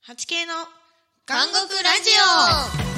8K の韓国ラジオ。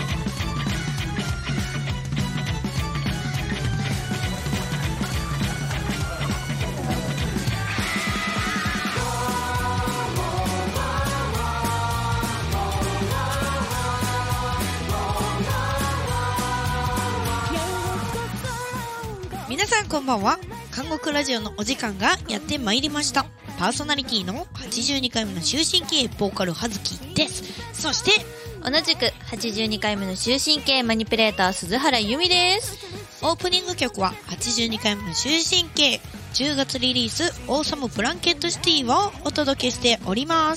皆さんこんばんは。韓国ラジオのお時間がやってまいりました。パーソナリティの82回目の終身刑ボーカル葉月です。そして同じく82回目の終身刑マニピュレーター鈴原由美です。 オープニング曲は82回目の終身刑10月リリースオーサムブランケットシティをお届けしております。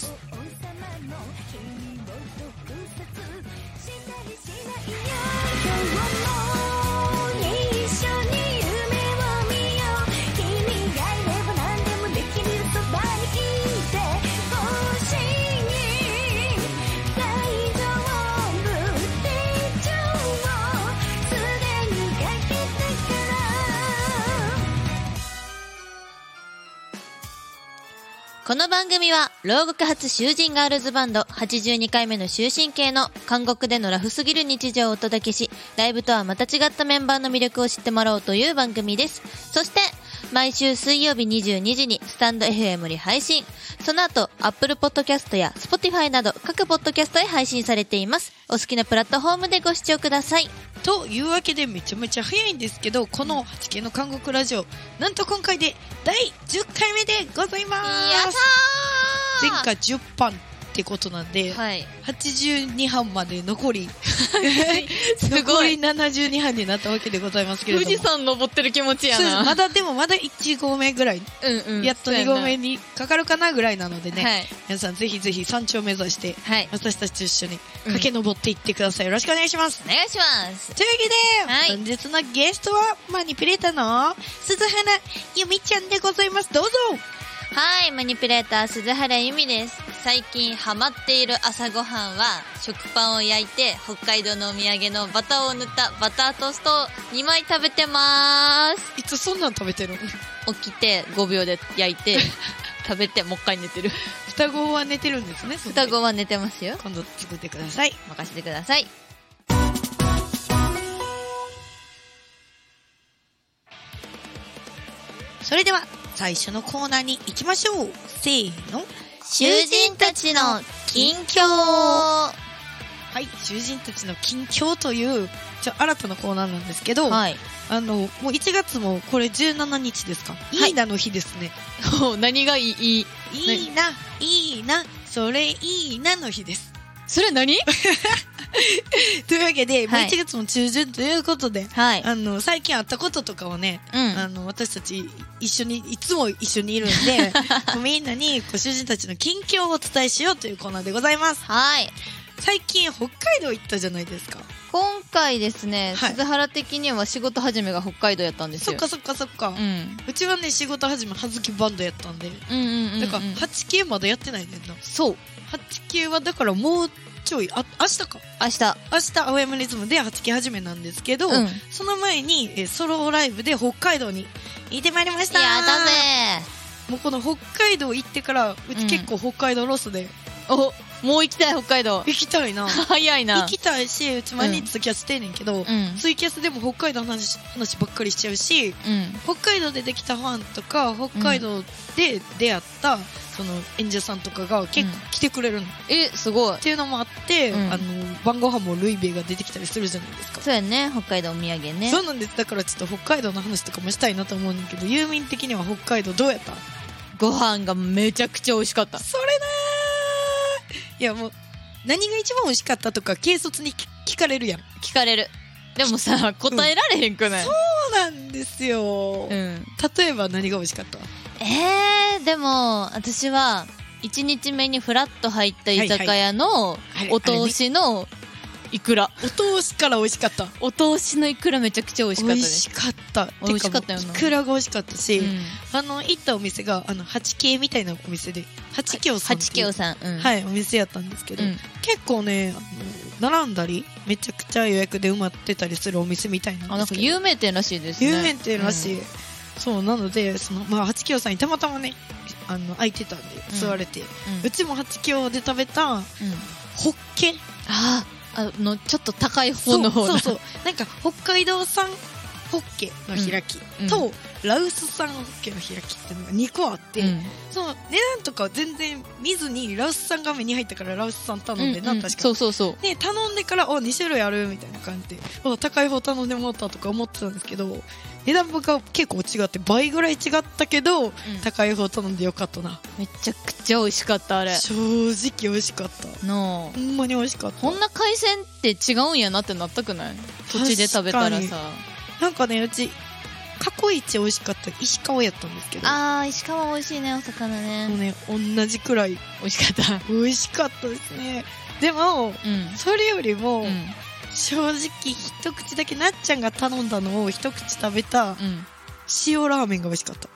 この番組は牢獄発囚人ガールズバンド82回目の終身刑の韓国でのラフすぎる日常をお届けし、ライブとはまた違ったメンバーの魅力を知ってもらおうという番組です。そして毎週水曜日22時にスタンド FM に配信、その後 Apple Podcast や Spotify など各ポッドキャストへ配信されています。お好きなプラットフォームでご視聴ください。 というわけでめちゃめちゃ早いんですけど、この 8K の韓国ラジオなんと今回で第10回目でございます。 やったー。 前回10班ってことなんで、 はい、 82班まで残りすごい残り72班になったわけでございますけれども、 富士山登ってる気持ちやな。 まだ1合目ぐらい、やっと2合目にかかるかなぐらいなのでね、はい、皆さんぜひぜひ山頂を目指して、はい、私たちと一緒に駆け上っていってください。よろしくお願いします。 お願いします。 というわけで、本日のゲストはマニピュレーターの鈴原由美ちゃんでございます。どうぞ。 はい、マニピュレーター鈴原由美です。最近ハマっている朝ごはんは食パンを焼いて北海道のお土産のバターを塗ったバタートーストを2枚食べてまーす。 いつそんなん食べてるの？ 起きて5秒で焼いて食べてもう一回寝てる。 双子は寝てるんですね。 双子は寝てますよ。 今度作ってください。 任せてください。 それでは最初のコーナーに行きましょう。せーの。 囚人たちの近況。 はい、囚人たちの近況という新たなコーナーなんですけど、はい、もう1月もこれ17日ですか、はい、いいなの日ですね。 何がいい？いいな、それいいなの日です。 それ何というわけで、はい、1月も中旬ということで、はい、最近あったこととかをね、私たちいつも一緒にいるんでみんなに囚人たちの近況をお伝えしようというコーナーでございます。 はい。 最近北海道行ったじゃないですか。 今回ですね、はい、鈴原的には仕事始めが北海道やったんですよ。 そっか、うちはね仕事始め葉月バンドやったんで、だから 8K まだやってないねんな。 そう、 8K はだからもうちょい明日青山リズムで 8K 始めなんですけど、その前にソロライブで北海道に行ってまいりました。 やだぜ。 もうこの北海道行ってからうち結構北海道ロスで、 もう行きたい。北海道行きたいな。 早いな。 行きたいし、うち毎日ツイキャスしてんねんけど、ツイキャスでも北海道の話ばっかりしちゃうし、北海道でできたファンとか北海道で出会ったその演者さんとかが結構来てくれるの。 すごい。 っていうのもあって、晩ご飯もルイベが出てきたりするじゃないですか。 そうやね、北海道お土産ね。 そうなんです。だからちょっと北海道の話とかもしたいなと思うんだけど、ユーミン的には北海道どうやった？ ご飯がめちゃくちゃ美味しかった。 それなー。いやもう何が一番美味しかったとか軽率に聞かれるやん。 聞かれる。でもさ、答えられへんくない？ そうなんですよ。例えば何が美味しかった？ でも私は1日目にフラッと入った居酒屋のお通しのイクラ。 お通しから美味しかった。 お通しのイクラめちゃくちゃ美味しかったです。 美味しかったよな。 イクラが美味しかったし、行ったお店が8K みたいなお店で八京さん、はい、お店やったんですけど、結構ね並んだりめちゃくちゃ予約で埋まってたりするお店みたいなんですけど、 なんか有名店らしいですね。 有名店らしい。そうなので8京さんにたまたまね空いてたんで座れて、うちも八強で食べたホッケ、 ちょっと高い方の方そうなんか北海道産ホッケの開きと、ラウス産ホッケの開きっていうのが2個あって、その値段とか全然見ずにラウス産が目に入ったからラウス産頼んでな、確かにそうで頼んでから2種類あるみたいな感じで高い方頼んでもらったとか思ってたんですけど、値段が結構違って倍ぐらい違ったけど、高い方頼んでよかったな。 めちゃくちゃ美味しかった。あれ正直美味しかったほんまに美味しかった。 こんな海鮮って違うんやなってなったくない？土地で食べたらさ。 なんかね、うち過去一美味しかった石川やったんですけど、 石川美味しいね、お魚ね。 もうね、同じくらい美味しかった美味しかったですね。でも、それよりも、正直一口だけなっちゃんが頼んだのを一口食べた塩ラーメンが美味しかった。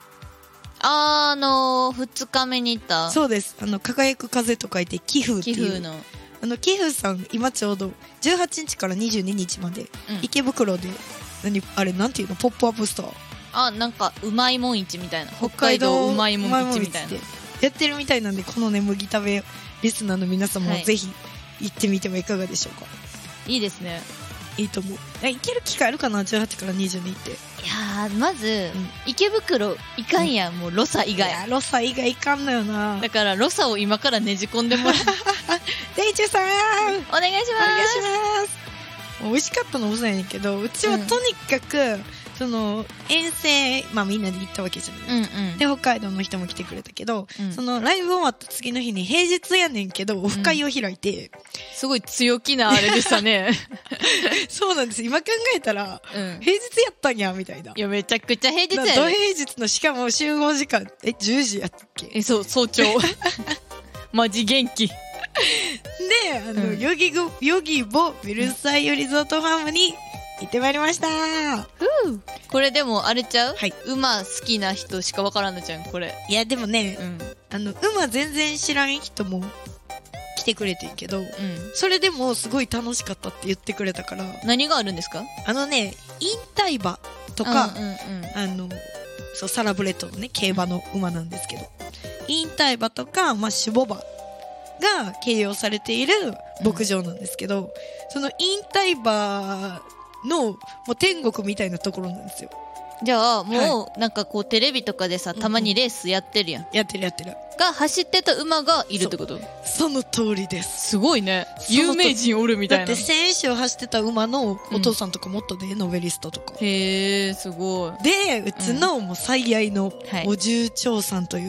2日目に行った。 そうです。輝く風と書いて寄付っていう。寄付さん今ちょうど18日から22日まで、池袋でなんていうの、ポップアップストア、 なんかうまいもん市みたいな、北海道うまいもん市みたいなやってるみたいなんで、このね麦食べリスナーの皆様もぜひ行ってみてはいかがでしょうか。 いいですね。 いいと思う。行ける機会あるかな、18から22って。いやまず、池袋いかんや、もうロサ以外。 ロサ以外いかんのよな。 だからロサを今からねじ込んでもらうデイチューさんお願いします。 美味しかったのもそうやねんけど、うちはとにかく、その遠征、みんなで行ったわけじゃないですか、で北海道の人も来てくれたけど、そのライブ終わった次の日に平日やねんけどオフ会を開いて、 すごい強気なあれでしたねそうなんです。今考えたら、平日やったんやみたいな。 いやめちゃくちゃ平日やね。 土平日の、しかも集合時間10時やったっけ。 そう、早朝マジ元気で、ヨギボベルサイユリゾートファームに行ってまいりました。 これでもあれちゃう、馬好きな人しかわからんのじゃんこれ。 いやでもね、馬全然知らん人も来てくれてんけど、それでもすごい楽しかったって言ってくれたから。 何があるんですか？ 引退馬とか、そうサラブレッドのね競馬の馬なんですけど、引退馬とか、守護馬が形容されている牧場なんですけど、その引退馬のもう天国みたいなところなんですよ。 じゃあもうなんかこうテレビとかでさ、たまにレースやってるやん。 やってるが走ってた馬がいるってこと？ その通りです。 すごいね。有名人おるみたいな。 だって選手を走ってた馬のお父さんとかもっとね、ノベリストとか。 へえ、すごい。 で、うちのもう最愛のお重長さんという、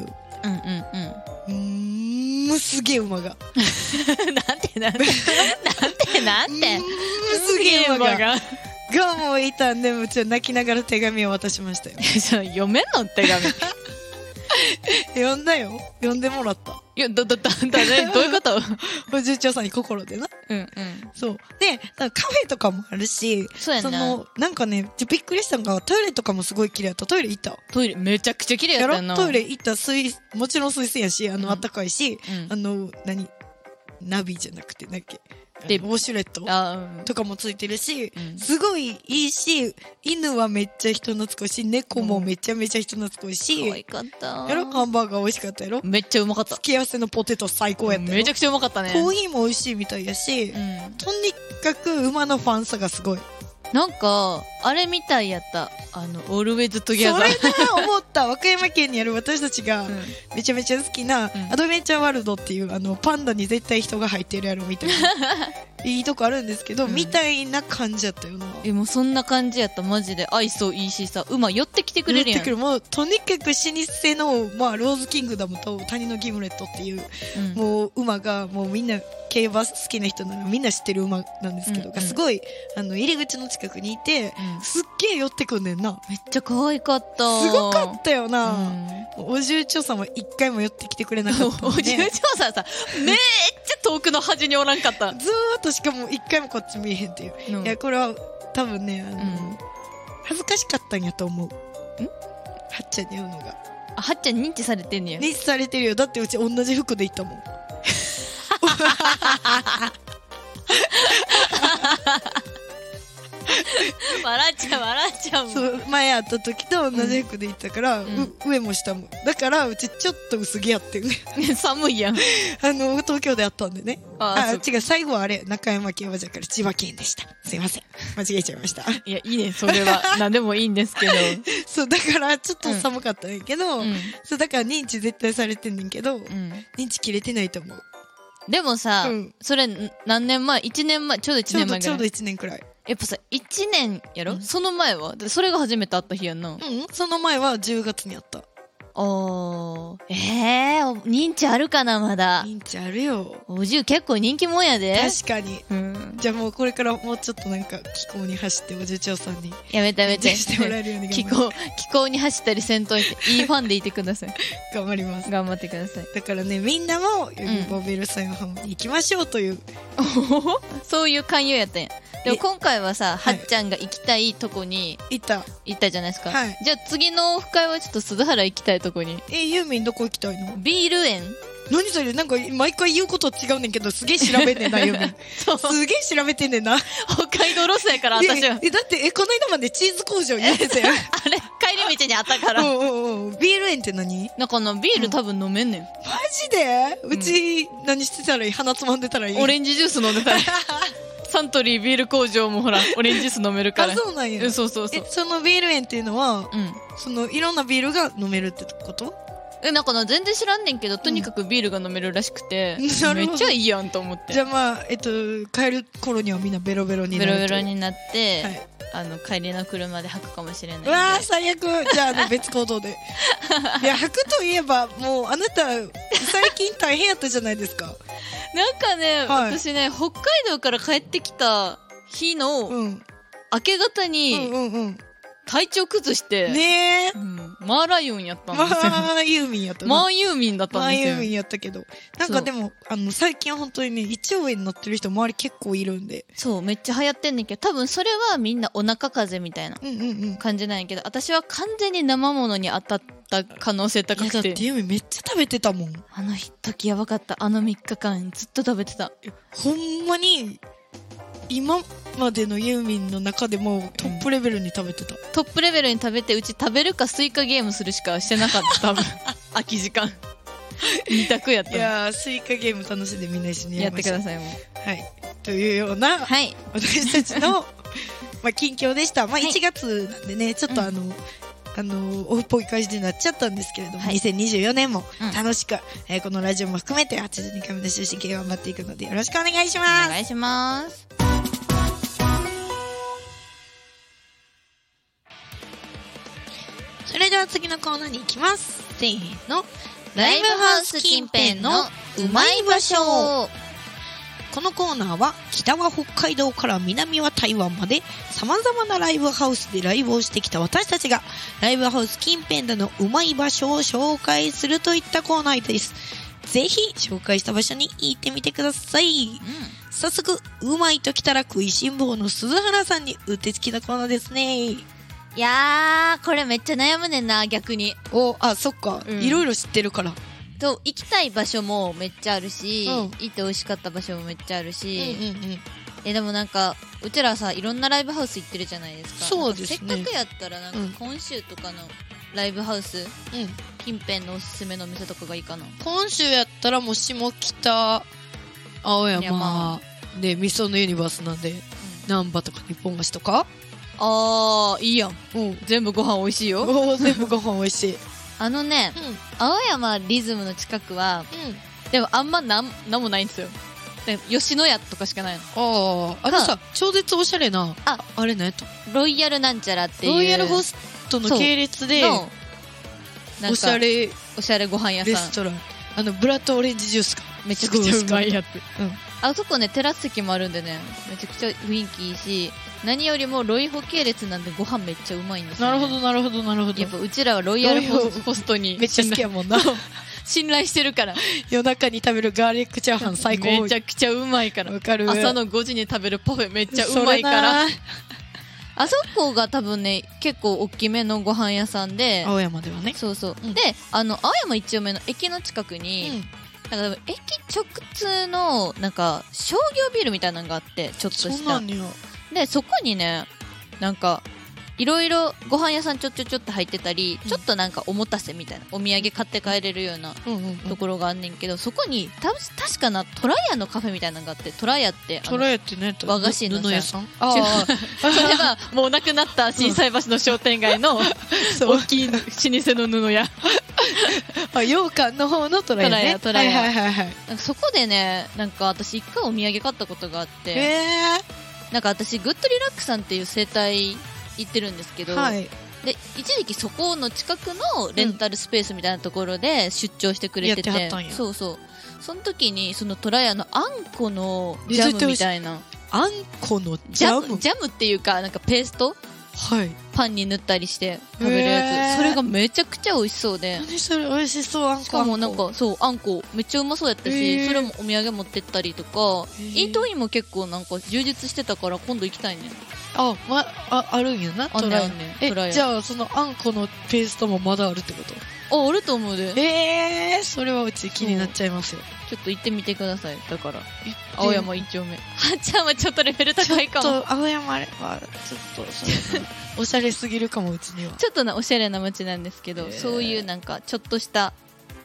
すげえ馬がなんてすげえ馬がもういたんで、うちは泣きながら手紙を渡しましたよ読めんの手紙読んだよ。読んでもらった。 いやどういうことお重長さんに心でな。そうで、カフェとかもあるし、 そうやな。 なんかね、びっくりしたのがトイレとかもすごい綺麗だった。トイレ行った？ トイレめちゃくちゃ綺麗やったな。 トイレ行った。もちろん水洗やし、あったかいし、ナビじゃなくて、ウォシュレットとかもついてるし、すごいいいし、犬はめっちゃ人懐っこいし、猫もめちゃめちゃ人懐っこいし、 可愛かった。 ハンバーガー美味しかったやろ。 めっちゃうまかった。 付け合わせのポテト最高やったよ。 めちゃくちゃうまかったね。 コーヒーも美味しいみたいやし、とにかく馬のファンさがすごい。 なんかあれみたいやった。オールウェイズトギャザー。 それだ思った。和歌山県にある私たちがめちゃめちゃ好きなアドベンチャーワールドっていうパンダに絶対人が入ってるやろみたいないいとこあるんですけど、みたいな感じやったよな。 もうそんな感じやった。マジで愛想いいしさ、馬寄ってきてくれるやん。寄ってくる。 もうとにかく老舗の、ローズキングダムと谷のギムレットっていう、もう馬がもうみんな競馬好きな人ならみんな知ってる馬なんですけど、すごい入り口の近くにいて、すっげえ寄ってくんねんな。 めっちゃ可愛かった。 すごかったよな。お重長さんは一回も寄ってきてくれなかったお重長さんさ、めっちゃ遠くの端におらんかった。 ずーっと、しかも一回もこっち見えへんっていう、いやこれは多分ね恥ずかしかったんやと思う。はっちゃんに会うのが。 はっちゃん認知されてんねや。 認知されてるよ。だってうち同じ服で行ったもん笑っちゃう笑っちゃうもん。 そう、前会った時と同じ服で行ったから、上も下も。だから、うちちょっと薄着やってんね。 寒いやん。 東京で会ったんでね。違う、最後はあれ、中山県はじゃから千葉県でした。すいません。間違えちゃいました。 いや、いいね、それは。何でもいいんですけど。 そう、だからちょっと寒かったんやけど、そう、だから認知絶対されてんねんけど、認知切れてないと思う。 でもさ、それ何年前 ?1 年前、ちょうど1年前ぐらい。 ちょうど1年くらい。 やっぱさ、1年やろ、その前はそれが初めて会った日やんな。 その前は10月にあった。 認知あるかな、まだ。 認知あるよ。 おじゅう結構人気もんやで。 確かに。じゃあもうこれからもうちょっとなんか気候に走っておじゅちょうさんに。 やめてやめて。 してもらえるように気候に走ったりせんといて、いいファンでいてください。 頑張ります。 頑張ってください。 だからね、みんなも、ヨギボベルさんの方に行きましょうという。 そういう勧誘やったんや。でも今回はさ、はっちゃんが行きたいとこに行ったじゃないですか。じゃあ次のオフ会はちょっと鈴原行きたいとこに。 ユーミンどこ行きたいの？ ビール園。 何それ、なんか毎回言うこと違うねんけど、すげえ調べんねんな、ユーミン。すげえ調べてんねんな。 北海道ロスやから、私は。 だって、この間までチーズ工場言ってたよ。 あれ、帰り道にあったから。 ビール園って何？ なんかビール多分飲めんねん。 マジで？うち、何してたらいい？鼻つまんでたらいい？ オレンジジュース飲んでたらいい。サントリービール工場もほら、オレンジジュース飲めるから。 あ、そうなんや。 そう。 そのビール園っていうのは、いろんなビールが飲めるってこと？ なんか全然知らんねんけど、とにかくビールが飲めるらしくて、めっちゃいいやんと思って。 じゃあまあ、帰る頃にはみんなベロベロになって。ベロベロになって、帰りの車で吐くかもしれない。 うわー、最悪。じゃあ、別行動で。いや、吐くといえば、もう、あなた、最近大変やったじゃないですか。 なんかね、私ね、北海道から帰ってきた日の、明け方に、体調崩して、 ねえ、 マーライオンやったんですよ。 マーユーミンやった。 マーユーミンだったんですよ。 マーユーミンやったけど。なんかでも、最近本当にね、胃腸炎になってる人周り結構いるんで。 そう、めっちゃ流行ってんねんけど、多分それはみんなお腹風邪みたいな感じなんやけど、私は完全に生物に当たった可能性高くて。 だってユーミンめっちゃ食べてたもん。 あの時やばかった。あの3日間ずっと食べてた。 ほんまに、今までのユーミンの中でもトップレベルに食べてた。 トップレベルに食べて、うち食べるかスイカゲームするしかしてなかった、多分。空き時間。2択やった。 いやー、スイカゲーム楽しんでみんな一緒にやってください、もう。はい。というような、私たちの、近況でした。1月なんでね、ちょっとオフっぽい感じになっちゃったんですけれども、2024年も楽しく、このラジオも含めて82回目の終身刑頑張っていくのでよろしくお願いします。 お願いします。 それでは次のコーナーに行きます。せーの。 ライブハウス近辺のうまい場所。 このコーナーは北は北海道から南は台湾まで様々なライブハウスでライブをしてきた私たちがライブハウス近辺でのうまい場所を紹介するといったコーナーです。ぜひ紹介した場所に行ってみてください。早速うまいときたら食いしん坊の鈴原さんにうってつきなコーナーですね。 いやー、これめっちゃ悩むねんな、逆に。 そっか、いろいろ知ってるからと、行きたい場所もめっちゃあるし、行って美味しかった場所もめっちゃあるし、でもなんかうちらさ、いろんなライブハウス行ってるじゃないですか。 そうですね。 せっかくやったらなんか今週とかのライブハウス、近辺のおすすめの店とかがいいかな。 今週やったらもう下北、青山で味噌のユニバースなんで、難波とか日本橋とか。 いいやん。全部ご飯美味しいよ。 全部ご飯美味しい。 青山リズムの近くは、でもあんまなんもないんですよ。吉野家とかしかないの。 あのさ、超絶おしゃれな、あれ何やった？ ロイヤルなんちゃらっていう。 ロイヤルホストの系列で、おしゃれご飯屋さん。 レストラン。ブラッドオレンジジュースがめちゃくちゃうまいやつ。あそこね、テラス席もあるんでね、めちゃくちゃ雰囲気いいし、何よりもロイホ系列なんでご飯めっちゃうまいんですよ、ね。なるほど。 やっぱうちらはロイヤルホストにめっちゃ好きやもんな。 信頼してるから。 夜中に食べるガーリックチャーハン最高。 めちゃくちゃうまいから。 わかる。 朝の5時に食べるパフェめっちゃうまいから。あそこが多分ね、結構大きめのご飯屋さんで。 青山ではね。 そう。で、青山一丁目の駅の近くに、なんか駅直通のなんか商業ビルみたいなのがあって、ちょっとした。 そうなんや。 で、そこにね、なんかいろいろご飯屋さんちょっと入ってたり、ちょっとなんかおもたせみたいなお土産買って帰れるようなところがあんねんけど、そこに確かなトラヤのカフェみたいなのがあって、トラヤってね、 和菓子の布屋さん、 それはもうなくなった心斎橋の商店街の大きい老舗の布屋羊羹の方のトラヤね。 トラヤ、なんかそこでね、なんか私一回お土産買ったことがあって、なんか私グッドリラックさんっていう整体行ってるんですけど、で一時期そこの近くのレンタルスペースみたいなところで出張してくれてて、そうそう、その時にそのトラヤのあんこのジャムみたいな、 あんこのジャムっていうかなんかペースト、パンに塗ったりして食べるやつ、それがめちゃくちゃ美味しそうで、 何それ美味しそう。あんこ、 しかもなんかそうあんこめっちゃうまそうやったし、それもお土産持ってったりとか、イートインも結構なんか充実してたから今度行きたいね。 あるんやな、トラヤ。じゃあそのあんこのペーストもまだあるってこと？ あると思うで。 それはうち気になっちゃいますよ。 ちょっと行ってみてください。だから青山一丁目。はっちゃんはちょっとレベル高いかも。 ちょっと青山はちょっとおしゃれすぎるかも、うちには。 ちょっとおしゃれな街なんですけど、そういうなんかちょっとした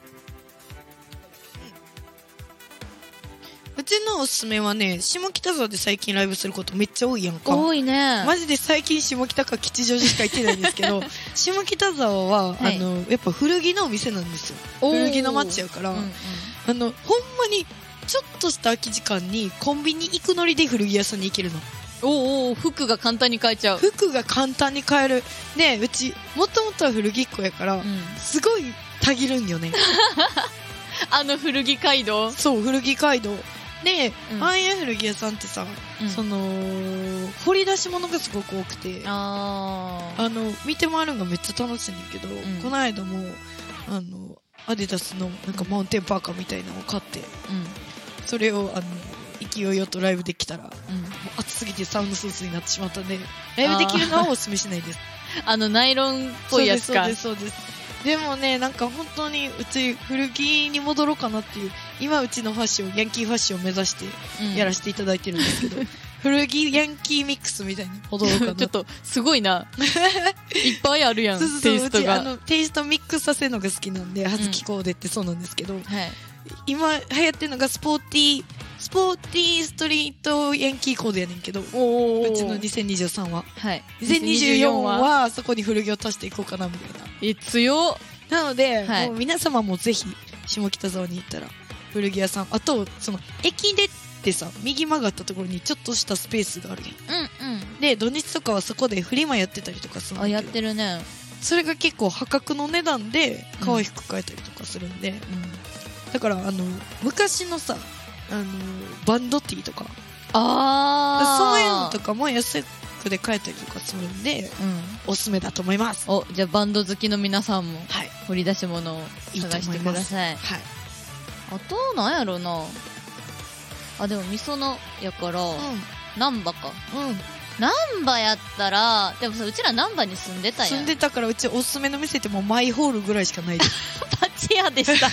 うちのおすすめはね、下北沢で最近ライブすることめっちゃ多いやんか。 多いね。 マジで最近下北か吉祥寺しか行ってないんですけど下北沢は、やっぱ古着のお店なんですよ。古着の街やから、ほんまにちょっとした空き時間にコンビニ行くノリで古着屋さんに行けるの。 服が簡単に買えちゃう。 服が簡単に買えるね。うちもともとは古着っ子やから、すごいたぎるんよね古着街道。 そう、古着街道で、ああいう古着屋さんってさ、その掘り出し物がすごく多くて、見て回るのがめっちゃ楽しいんだけど、この間もアディダスのなんかマウンテンパーカーみたいなのを買って、それを勢いよとライブできたら、もう暑すぎてサウンドスーツになってしまったんで、ライブできるのはおすすめしないです。 ナイロンっぽいやつか。 そうです。でもね、なんか本当にうち古着に戻ろうかなっていう、今うちのファッション、ヤンキーファッションを目指してやらせていただいてるんですけど、古着ヤンキーミックスみたいに戻ろうかな。 ちょっとすごいないっぱいあるやん。テイストが。 うちテイストミックスさせるのが好きなんで、葉月コーデってそうなんですけど、今流行ってるのがスポーティーストリートヤンキーコーデやねんけど、うちの2023は、2024はそこに古着を足していこうかなみたいな。 強なので、もう皆様もぜひ下北沢に行ったら古着屋さん、あとその駅出てさ、右曲がったところにちょっとしたスペースがあるやん。で土日とかはそこでフリマやってたりとかするんだけど、 やってるね。 それが結構破格の値段で可愛い服買えたりとかするんで、だから昔のさ、バンドティーとか、そういうのとかも安くで買えたりとかするんで、おすすめだと思います。 じゃあバンド好きの皆さんも掘り出し物を探してください。あとなんやろうな。でもみそのやから難波か。難波やったら、でもさ、うちら難波に住んでたやん。 住んでたから、うちおすすめの店ってもうマイホールぐらいしかないです。 パチ屋でした。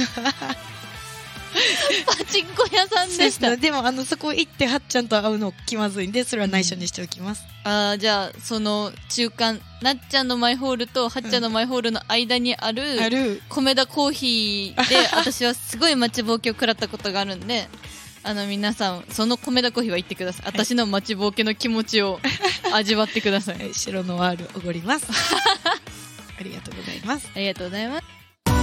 パチンコ屋さんでした。 でもそこ行ってはっちゃんと会うの気まずいんで、それは内緒にしておきます。 じゃあその中間、なっちゃんのマイホールとはっちゃんのマイホールの間にある米田コーヒーで私はすごい待ちぼうけを食らったことがあるんで、皆さんその米田コーヒーは行ってください。私の待ちぼうけの気持ちを味わってください。 白のワールおごります。ありがとうございます。 ありがとうございます。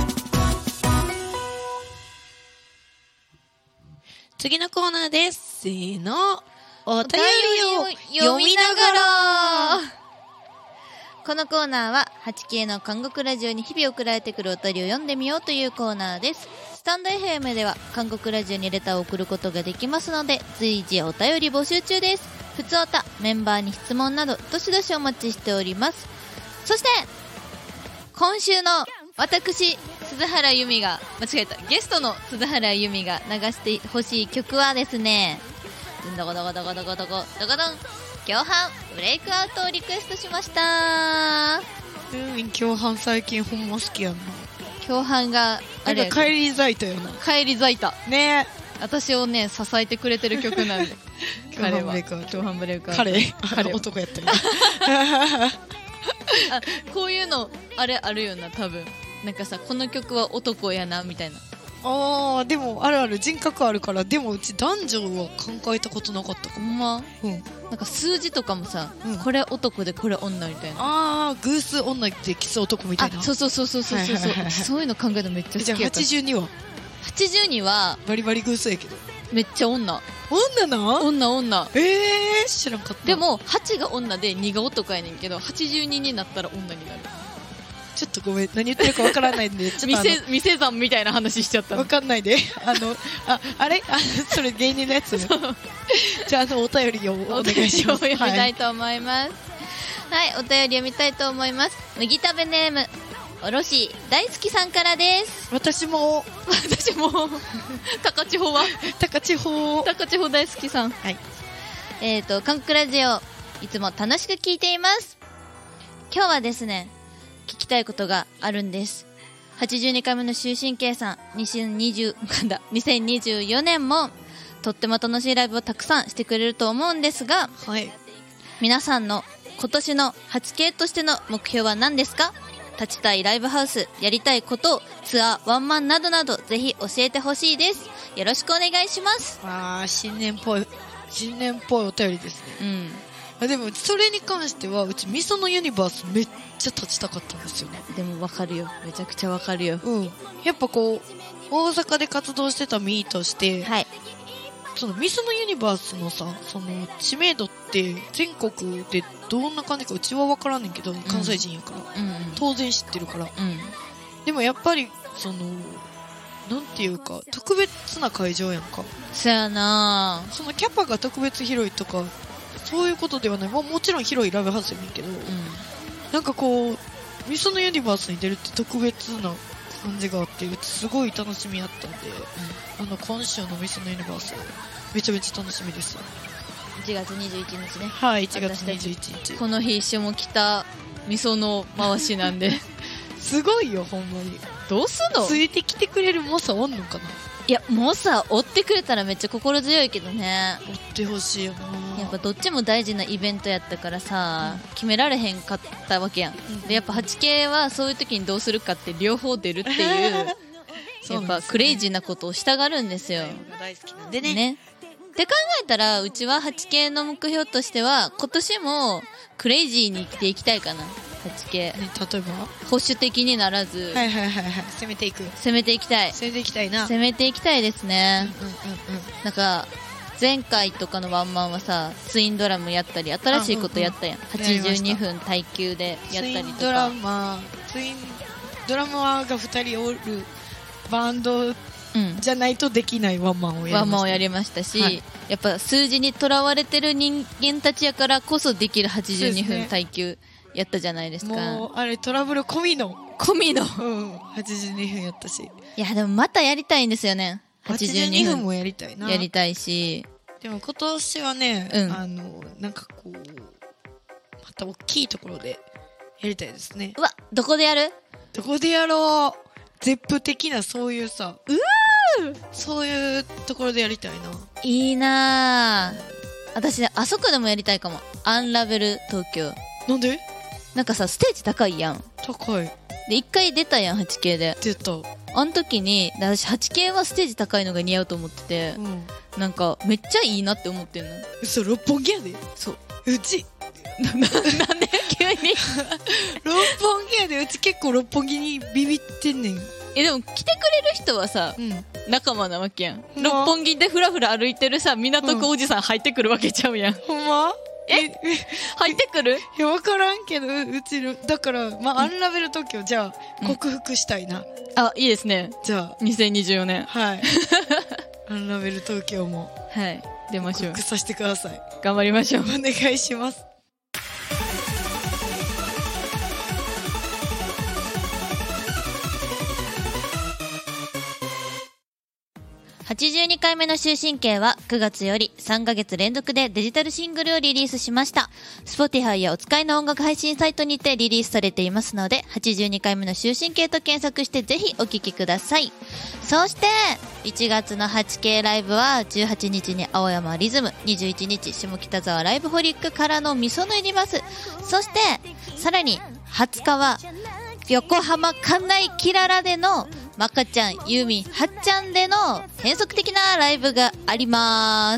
次のコーナーです。せーの。お便りを読みながら。 このコーナーは 8K の韓国ラジオに日々送られてくるお便りを読んでみようというコーナーです。スタンド FM では韓国ラジオにレターを送ることができますので、随時お便り募集中です。ふつおた、メンバーに質問などどしどしお待ちしております。そして今週の私鈴原由美がゲストの鈴原由美が流してほしい曲はですね、どこどこどこどこどこどこどん、共犯ブレイクアウトをリクエストしました。 共犯最近ほんま好きやんな。 共犯があれ帰り咲いたよな。 帰り咲いたね。 私をね支えてくれてる曲なんで。 共犯ブレイクアウト。 共犯ブレイクアウト。 彼男やったり。 こういうのあれあるよな多分。なんかさ、この曲は男やなみたいな。 あー、でもあるある、人格あるから。でもうち男女は考えたことなかったかも。 ほんま。 うん。 なんか数字とかもさ、 うん、 これ男でこれ女みたいな。 あー、偶数女ってキス男みたいな。 そうそうそうそうそうそう、そういうの考えたらめっちゃ好きやった。 じゃあ82は 82はバリバリ偶数やけどめっちゃ女な女。 知らんかった。 でも8が女で2が男やねんけど、82になったら女になる。 ちょっとごめん、何言ってるかわからないんで、ちょっと店算みたいな話しちゃったの。 わかんないで。あれそれ芸人のやつ。じゃあ、お便りをお願いします。 読みたいと思います。はい、お便り読みたいと思います。麦食べネーム、おろし大好きさんからです。 私も高千穂大好きさん。 はい。 カンクラジオ、いつも楽しく聞いています。今日はですね、聞きたいことがあるんです。82回目の終身計算、2024年もとっても楽しいライブをたくさんしてくれると思うんですが、 はい、 皆さんの今年の 8K としての目標は何ですか？立ちたいライブハウス、やりたいこと、ツアー、ワンマンなどなど、ぜひ教えてほしいです。よろしくお願いします。 新年っぽいお便りですね。でもそれに関してはうちみそのユニバースめっちゃ立ちたかったんですよね。 でもわかるよ、めちゃくちゃわかるよ。 やっぱこう大阪で活動してた身として、 はい、 そのみそのユニバースのさ、その知名度って全国でどんな感じかうちは分からんねんけど、関西人やから、当然知ってるから、でもやっぱりそのなんていうか特別な会場やんか。 そやな。 そのキャパが特別広いとかそういうことではない。もちろん広いライブハウスやねんけど、なんかこうみそのユニバースに出るって特別な感じがあって、うちすごい楽しみやったんで、今週のみそのユニバースめちゃめちゃ楽しみです。 1月21日ね。 はい、1月21日。 この日一緒も来たみその回しなんですごいよほんまに。 どうすんの？ ついてきてくれる猛者おんのかな。 いや、もうさ、追ってくれたらめっちゃ心強いけどね。 追ってほしいよな。 やっぱどっちも大事なイベントやったからさ、決められへんかったわけやん。で、やっぱ 8K はそういう時にどうするかって両方出るっていうやっぱクレイジーなことをしたがるんですよ。 大好きなんでね。 って考えたら、うちは 8K の目標としては今年もクレイジーに生きていきたいかな。8K、 例えば保守的にならず、 攻めていきたいな。 攻めていきたいですね。なんか前回とかのワンマンはさ、ツインドラムやったり新しいことやったやん。82分耐久でやったりとか。 ツインドラマーが2人おるバンドじゃないとできないワンマンをやりましたし、やっぱ数字にとらわれてる人間たちやからこそできる82分耐久やったじゃないですか。 もうあれトラブル込みの82分やったし。 いやでもまたやりたいんですよね。 82分もやりたいな。 やりたいし、 でも今年はね、なんかこうまた大きいところでやりたいですね。 うわ、どこでやろう。 ゼップ的なそういうさ、そういうところでやりたいな。 いいなぁ。私ね、あそこでもやりたいかも。アンラベル東京。 なんで？ なんかさ、ステージ高いやん。 高い。 で、一回出たやん、8K で。 出た。 あの時に、私 8K はステージ高いのが似合うと思ってて、なんか、めっちゃいいなって思ってんの。 嘘、六本木やで。 そう。 うち。 なんで急に六本木やで。うち結構六本木にビビってんねん。 でも来てくれる人はさ、仲間なわけやん。六本木でフラフラ歩いてるさ、港区おじさん入ってくるわけちゃうやん。 ほんま？ 入ってくる？ いや、わからんけど、うちの、だから、アンラベル東京、じゃあ、克服したいな。 あ、いいですね。 じゃあ、 2024年。 はい。アンラベル東京も、 はい、出ましょう。 克服させてください。 頑張りましょう。 お願いします。 82回目の終身刑は9月より3ヶ月連続でデジタルシングルをリリースしました。Spotify やお使いの音楽配信サイトにてリリースされていますので、82回目の終身刑と検索してぜひお聴きください。そして1月の 8K ライブは18日に青山リズム、21日下北沢ライブホリックからのみそのユニバース、そしてさらに 20日は横浜関内キララでのまかちゃん、ユーミン、はっちゃんでの変則的なライブがあります。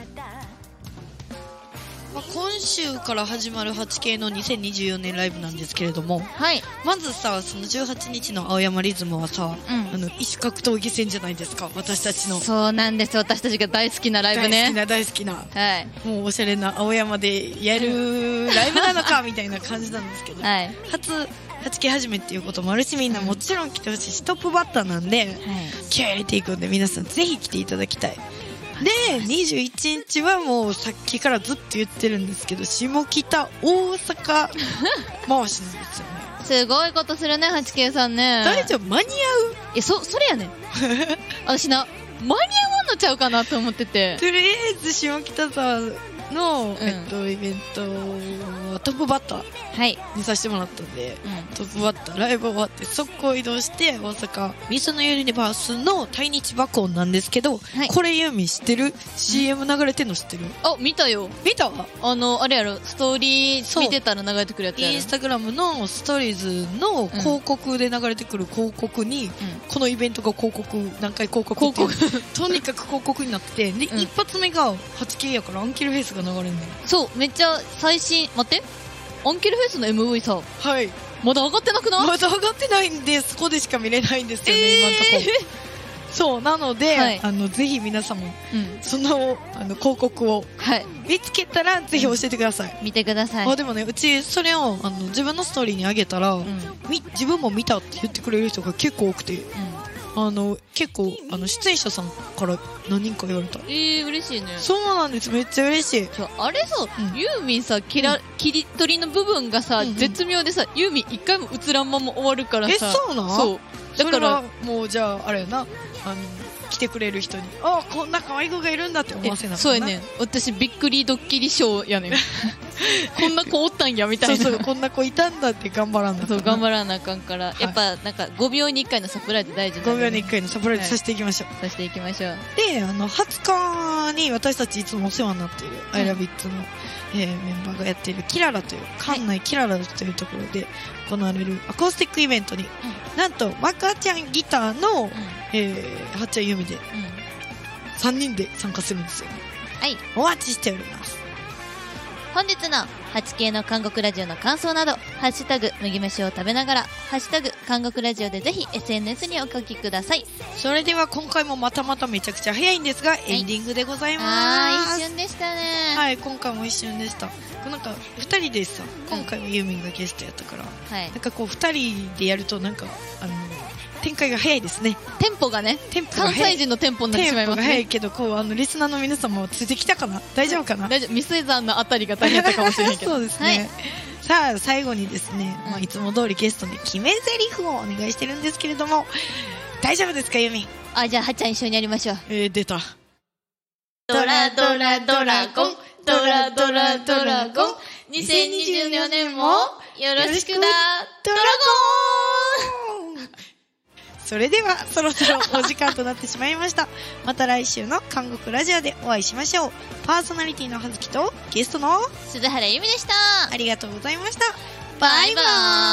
今週から始まる 8K の2024年ライブなんですけれども、 はい、 まずさ、その18日の青山リズムはさ、異種格闘技戦じゃないですか、私たちの。 そうなんです、私たちが大好きなライブね。 大好きな、 はい、 もうおしゃれな青山でやるライブなのかみたいな感じなんですけど、 はい、 初 8K 始めっていうこともあるし、みんなもちろん来てほしいし、トップバッターなんで、気合入れていくんで、皆さんぜひ来ていただきたい。で、21日はもうさっきからずっと言ってるんですけど、下北、大阪回しなんですよね。 すごいことするね、8K さんね。 大丈夫、間に合う？ それやねん。私な、間に合わんのちゃうかなと思ってて。 とりあえず下北沢の、イベントトップバッターにさせてもらったんで、トップバッターライブ終わって速攻移動して大阪ミソのユニバースの対日爆音なんですけど、これユーミン知ってる？ CM 流れてんの知ってる？ あ、見たよ。 見た？ あれやろ、ストーリー見てたら流れてくるやつやろ。 インスタグラムのストーリーズの広告で流れてくる広告に、このイベントが広告、何回広告っていうとにかく広告になってて、で、一発目が 8K やからアンキルフェイスが流れるね。 そう、めっちゃ最新。待って、アンキルフェイスの MV さ、 はい、 まだ上がってなくない？ まだ上がってないんで、そこでしか見れないんですよね、今のところ。そうなので、ぜひ皆さんも、その広告を見つけたらぜひ教えてください。 見てください。 でもね、うちそれを自分のストーリーにあげたら、自分も見たって言ってくれる人が結構多くて、結構出演者さんから何人か言われた。 嬉しいね。 そうなんです、めっちゃ嬉しい。 あれさ、ユーミンさ、切り取りの部分がさ、絶妙でさ、ユーミン一回も映らんまま終わるからさ。 そうなん？ そう。だからもうじゃああれやな、来てくれる人に、こんな可愛い子がいるんだって思わせなかった。 そうやねん。私びっくりドッキリショーやねん。こんな子おったんやみたいな。 そう、こんな子いたんだって頑張らなあかん。 そう、頑張らなあかんから、やっぱなんか5秒に1回のサプライズ大事だね。 5秒に1回のサプライズさせていきましょう。 させていきましょう。 で、20日に私たちいつもお世話になっているアイラビッツの、メンバーがやっているキララという、館内キララというところで行われるアコースティックイベントに、なんとまかちゃんギターの、はっちゃんユミで、3人で参加するんですよ。 はい。 お待ちしております。 本日の 8K の韓国ラジオの感想など、ハッシュタグ麦飯を食べながら、ハッシュタグ韓国ラジオでぜひ SNS にお書きください。 それでは今回もまためちゃくちゃ早いんですが、エンディングでございます。 一瞬でしたね。 はい、今回も一瞬でした。なんか2人でさ、今回はユーミンがゲストやったから、なんかこう2人でやるとなんか展開が早いですね。 テンポがね、関西人のテンポになってしまいますね。テンポが早いけど、リスナーの皆様もついてきたかな？大丈夫かな？ 大丈夫。ミスイザンのあたりが大変だったかもしれないけど。 そうですね。さあ、最後にですね、いつも通りゲストに決め台詞をお願いしてるんですけれども、大丈夫ですか、ユミン？ じゃあ、はっちゃん一緒にやりましょう。 出た。 ドラドラドラゴン、ドラドラドラゴン、2024年もよろしくな、ドラゴン。 それではそろそろお時間となってしまいました。また来週の韓国ラジオでお会いしましょう。パーソナリティのはずきとゲストの鈴原由美でした。 ありがとうございました。 バイバーイ。